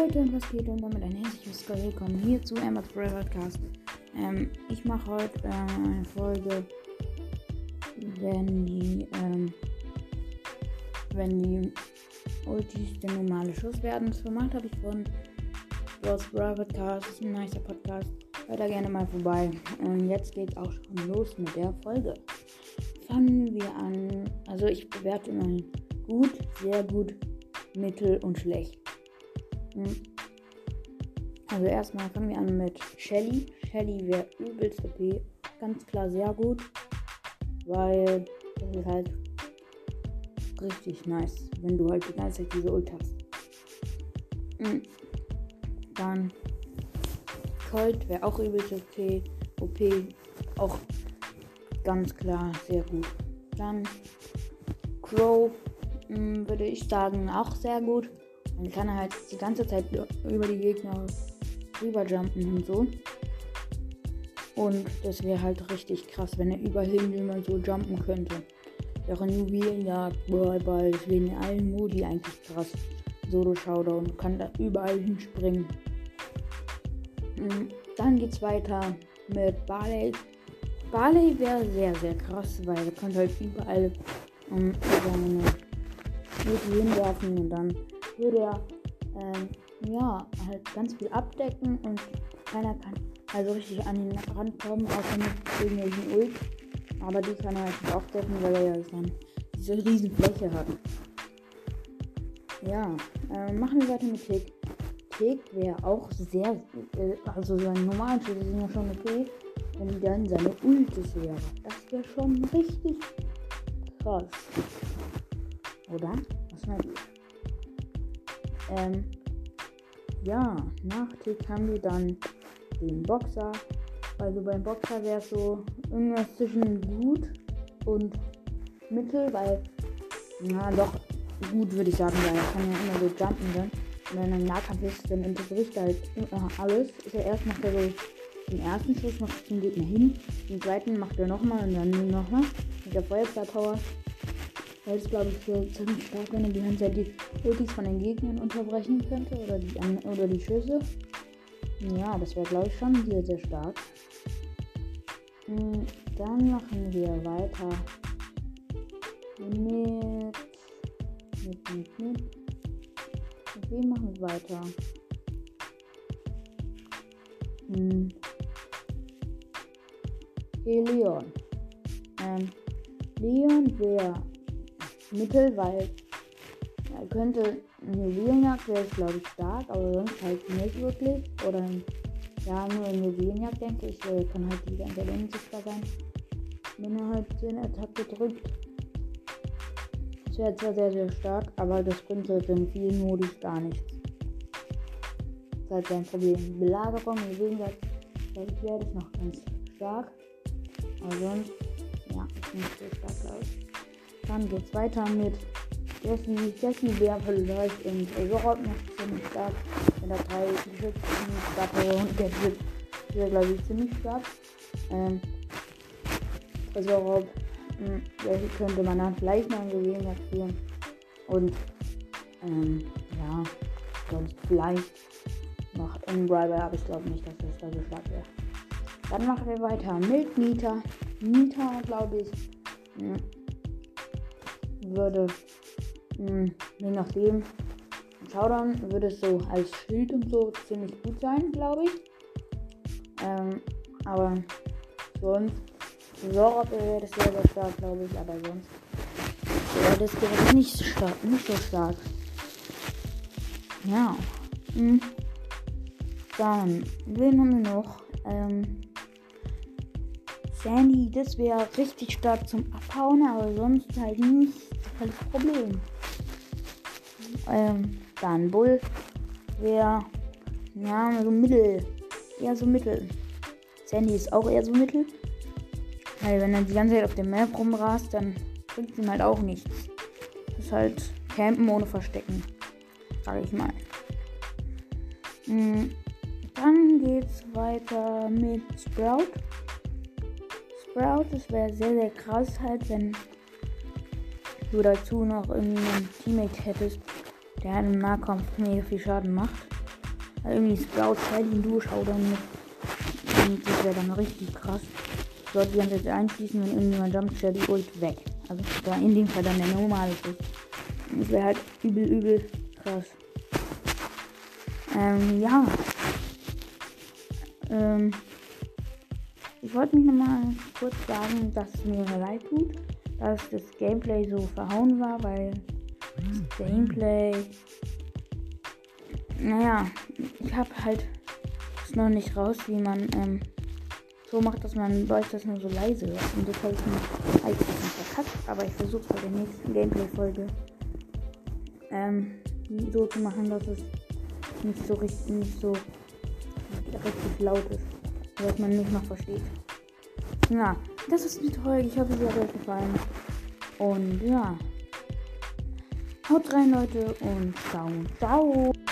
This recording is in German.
Leute, und was geht? Und damit ein herzliches Willkommen hier zu Emma's Brawl Podcast. Ich mache heute eine Folge, wenn die Ultis der normale Schuss werden. Das Format habe ich von Emma's Brawl Podcast. Das ist ein nicer Podcast. Hört da gerne mal vorbei. Und jetzt geht auch schon los mit der Folge. Fangen wir an. Also ich bewerte immer gut, sehr gut, mittel und schlecht. Also erstmal fangen wir an mit Shelly. Shelly wäre übelst OP. Ganz klar sehr gut. Weil das ist halt richtig nice, wenn du halt die ganze Zeit diese Ult hast. Dann Colt wäre auch übelst OP. Auch ganz klar sehr gut. Dann Crow würde ich sagen auch sehr gut. Dann kann er halt die ganze Zeit über die Gegner rüberjumpen und so. Und das wäre halt richtig krass, wenn er überall hin immer so jumpen könnte. Während Juwelenjagd, Ball, das wäre in allen Modi eigentlich krass. Solo-Showdown, kann da überall hinspringen. Dann geht's weiter mit Barley. Barley wäre sehr, sehr krass, weil er kann halt überall seine Ulti hinwerfen und dann würde er halt ganz viel abdecken und keiner kann also richtig an ihn rankommen, außer mit irgendwelchen Ult. Aber die kann er halt nicht aufdecken, weil er ja dann diese riesen Fläche hat. Ja, machen wir weiter mit Tick. Tick wäre auch sehr, also seine normalen Schüsse sind ja schon okay, wenn dann seine Ultis wäre. Das wäre schon richtig krass. Oder? Was meint ihr? Ja, nach Tick haben wir dann den Boxer. Also beim Boxer wäre es so irgendwas zwischen gut und mittel, weil, doch gut würde ich sagen, weil er kann ja immer so jumpen dann. Und wenn er im Nahkampf ist, dann unterbricht er halt immer alles. Erst macht er so den ersten Schuss, macht den Gegner hin, den zweiten macht er nochmal und dann nochmal mit der Feuerwehrpower. Das ist, glaube ich, so ziemlich stark, wenn er die ganze Zeit die Ultis von den Gegnern unterbrechen könnte oder die Schüsse. Ja, das wäre, glaube ich, schon sehr, sehr stark. Dann machen wir weiter mit wem machen wir weiter? Leon. Leon wäre mittel, weil er könnte eine Juwelenjagd, wäre glaube ich stark, aber sonst halt nicht wirklich. Oder ja, nur in Juwelenjagd denke ich, weil er kann halt die ganze Zeit unsichtbar sein, wenn er halt seine Attacke drückt. Das wäre zwar sehr, sehr stark, aber das bringt halt in vielen Modis gar nichts. Das ist halt sein Problem. Belagerung, Juwelenjagd, glaube ich, wäre das noch ganz stark. Aber sonst, ja, ist nicht so stark, glaube ich. Dann geht's weiter mit Jessie wäre vielleicht und Sorot noch ziemlich stark. Wenn da 3 Geschützen starke und der wäre, glaube ich, ziemlich stark. Sorot, könnte man dann vielleicht noch ein Juwelenjagd spielen. Und, ja, sonst vielleicht noch Embraer, aber ich glaube nicht, dass das da so stark wäre. Dann machen wir weiter mit Nita. Nita, glaube ich, würde, je nachdem, Showdown würde es so als Schild und so ziemlich gut sein, glaube ich. Aber sonst, Sorot wäre das sehr, sehr stark, glaube ich, aber sonst wäre das direkt nicht so stark. Ja. Dann, wen haben wir noch? Sandy, das wäre richtig stark zum Abhauen, aber sonst halt nicht das Problem. Dann Bull wäre, ja, so mittel. Eher so mittel. Sandy ist auch eher so mittel. Weil wenn er die ganze Zeit auf der Map rumrast, dann bringt ihm halt auch nichts. Das ist halt Campen ohne Verstecken, sag ich mal. Dann geht's weiter mit Sprout. Sprout, das wäre sehr, sehr krass halt, wenn du dazu noch irgendeinen Teammate hättest, der im Nahkampf mega viel Schaden macht. Irgendwie Sprout Shelly in Duo-Showdown mit. Und das wäre dann richtig krass. Ich sollte die ganze Zeit einschließen, wenn irgendjemand jumpt, Shelly ult weg. Also da in dem Fall dann der normale Schuss. Das wäre halt übel krass. Ja. Ich wollte mich nochmal kurz sagen, dass es mir leid tut, dass das Gameplay so verhauen war, weil das Gameplay, naja, ich habe halt es noch nicht raus, wie man so macht, dass man Leute das nur so leise hört. Und das habe ich mir eigentlich ein bisschen verkackt, aber ich versuche bei der nächsten Gameplay-Folge so zu machen, dass es nicht so richtig laut ist, dass man nicht noch versteht. Ja, das ist die Folge. Ich hoffe, sie hat euch gefallen. Und ja, haut rein, Leute, und ciao.